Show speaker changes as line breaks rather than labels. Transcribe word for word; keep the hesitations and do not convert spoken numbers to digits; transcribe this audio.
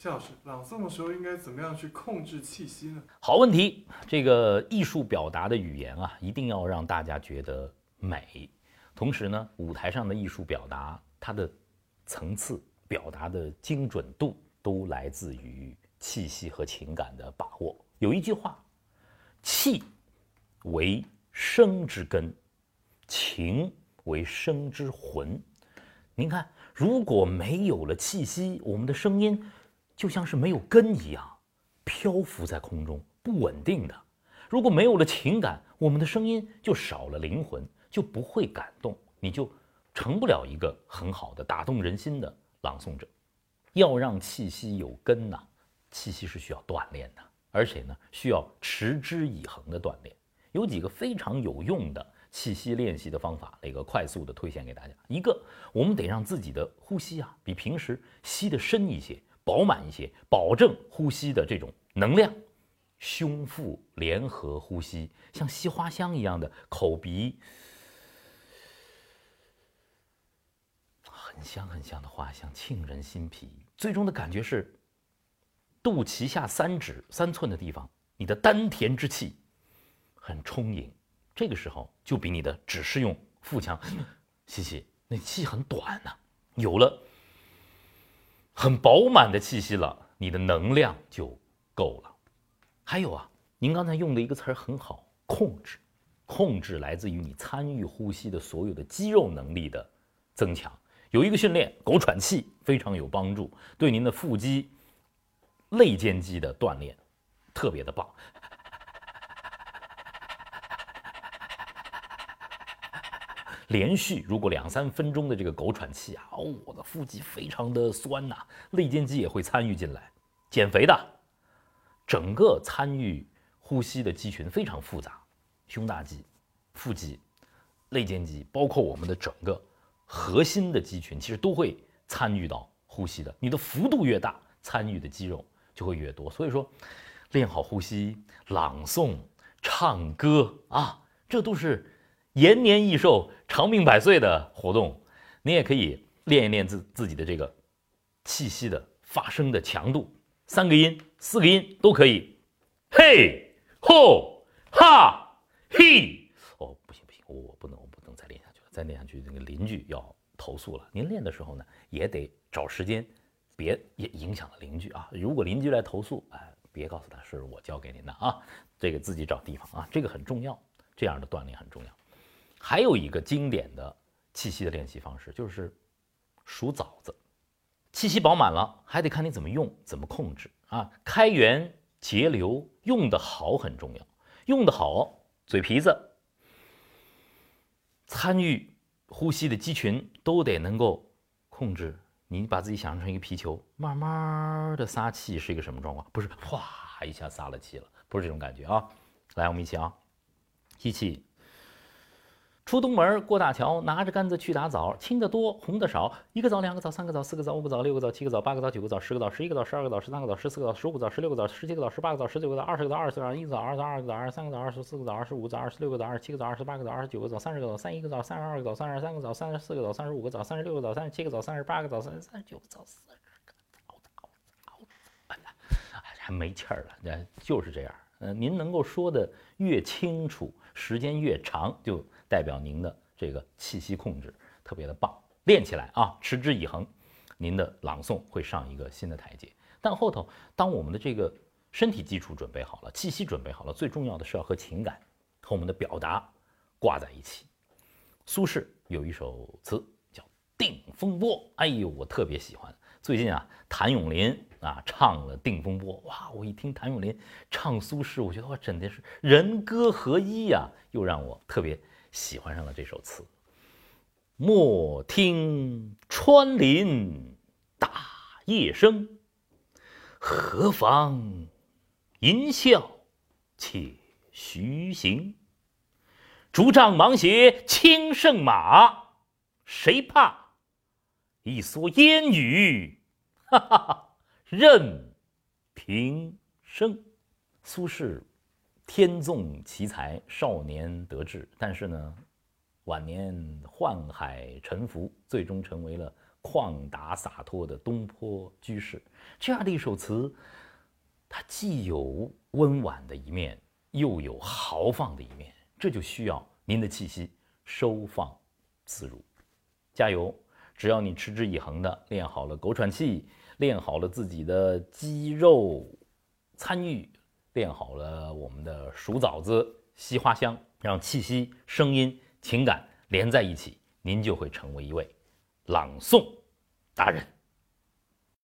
夏老师，朗诵的时候应该怎么样去控制气息呢？
好问题，这个艺术表达的语言啊，一定要让大家觉得美。同时呢，舞台上的艺术表达，它的层次、表达的精准度，都来自于气息和情感的把握。有一句话，气为声之根，情为声之魂。您看，如果没有了气息，我们的声音就像是没有根一样，漂浮在空中，不稳定的。如果没有了情感，我们的声音就少了灵魂，就不会感动，你就成不了一个很好的打动人心的朗诵者。要让气息有根呐、啊，气息是需要锻炼的，而且呢，需要持之以恒的锻炼。有几个非常有用的气息练习的方法，那个快速的推荐给大家。一个，我们得让自己的呼吸啊，比平时吸得深一些，饱满一些，保证呼吸的这种能量。胸腹联合呼吸，像吸花香一样的口鼻，很香很香的花香，沁人心脾。最终的感觉是，肚脐下三指三寸的地方，你的丹田之气很充盈。这个时候就比你的只是用腹腔吸气，那气很短呐、啊。有了很饱满的气息了，你的能量就够了。还有啊，您刚才用的一个词儿很好，控制。控制来自于你参与呼吸的所有的肌肉能力的增强。有一个训练，狗喘气非常有帮助，对您的腹肌、肋间肌的锻炼特别的棒。连续如果两三分钟的这个狗喘气啊，哦，我的腹肌非常的酸呐、啊，肋间肌也会参与进来。减肥的，整个参与呼吸的肌群非常复杂，胸大肌、腹肌、肋间肌，包括我们的整个核心的肌群，其实都会参与到呼吸的。你的幅度越大，参与的肌肉就会越多。所以说，练好呼吸、朗诵、唱歌啊，这都是延年益寿、长命百岁的活动。你也可以练一练自自己的这个气息的发声的强度，三个音、四个音都可以。嘿、吼、哈、嘿。哦，不行不行，我我不能我不能再练下去了，再练下去那个邻居要投诉了。您练的时候呢，也得找时间，别也影响了邻居啊。如果邻居来投诉，哎，别告诉他是我教给您的啊，这个自己找地方啊，这个很重要，这样的锻炼很重要。还有一个经典的气息的练习方式，就是数枣子。气息饱满了，还得看你怎么用，怎么控制啊。开源节流，用得好很重要。用得好，嘴皮子、参与呼吸的肌群都得能够控制。你把自己想象成一个皮球，慢慢的撒气是一个什么状况？不是哗一下撒了气了，不是这种感觉啊。来，我们一起啊，吸气。出东门过大桥，拿着杆子去打枣，青的多，红的少。一个枣，两个枣，三个枣，四个枣，五个枣，六个枣，七个枣，八个枣，九个枣，十个枣，十一个枣，十二个枣，十三个枣，十四个枣，十五个枣，十六个枣，十七个枣，十八个枣，十九个枣，二十个枣，二十个枣，一个枣，二十二个枣，二十三个枣，二十四个枣，二十五个枣，二十六个枣，二十七个枣，二十八个枣，二十九个枣，三十个枣，三十一个枣，三十二个枣，三十三个枣，三十四个枣，三十五个枣，三十六个枣，三十七个枣，三十八个枣，三十三十九个枣，四十个枣，枣枣枣，哎呀，还没气儿了，就是这样。呃，您能够说的越清楚，时间越长，就代表您的这个气息控制特别的棒，练起来啊，持之以恒，您的朗诵会上一个新的台阶。但后头，当我们的这个身体基础准备好了，气息准备好了，最重要的是要和情感和我们的表达挂在一起。苏轼有一首词叫《定风波》，哎呦，我特别喜欢。最近啊，谭咏麟啊唱了《定风波》，哇！我一听谭咏麟唱苏轼，我觉得哇，真的是人歌合一呀、啊，又让我特别喜欢上了这首词。莫听穿林打叶声，何妨吟啸且徐行。竹杖芒鞋轻胜马，谁怕一蓑烟雨，哈哈哈，任平生。苏轼天纵奇才，少年得志，但是呢，晚年宦海沉浮，最终成为了旷达洒脱的东坡居士。这样的一首词，它既有温婉的一面，又有豪放的一面，这就需要您的气息收放自如。加油！只要你持之以恒的练好了狗喘气，练好了自己的肌肉参与，练好了我们的数枣子、吸花香，让气息、声音、情感连在一起，您就会成为一位朗诵达人。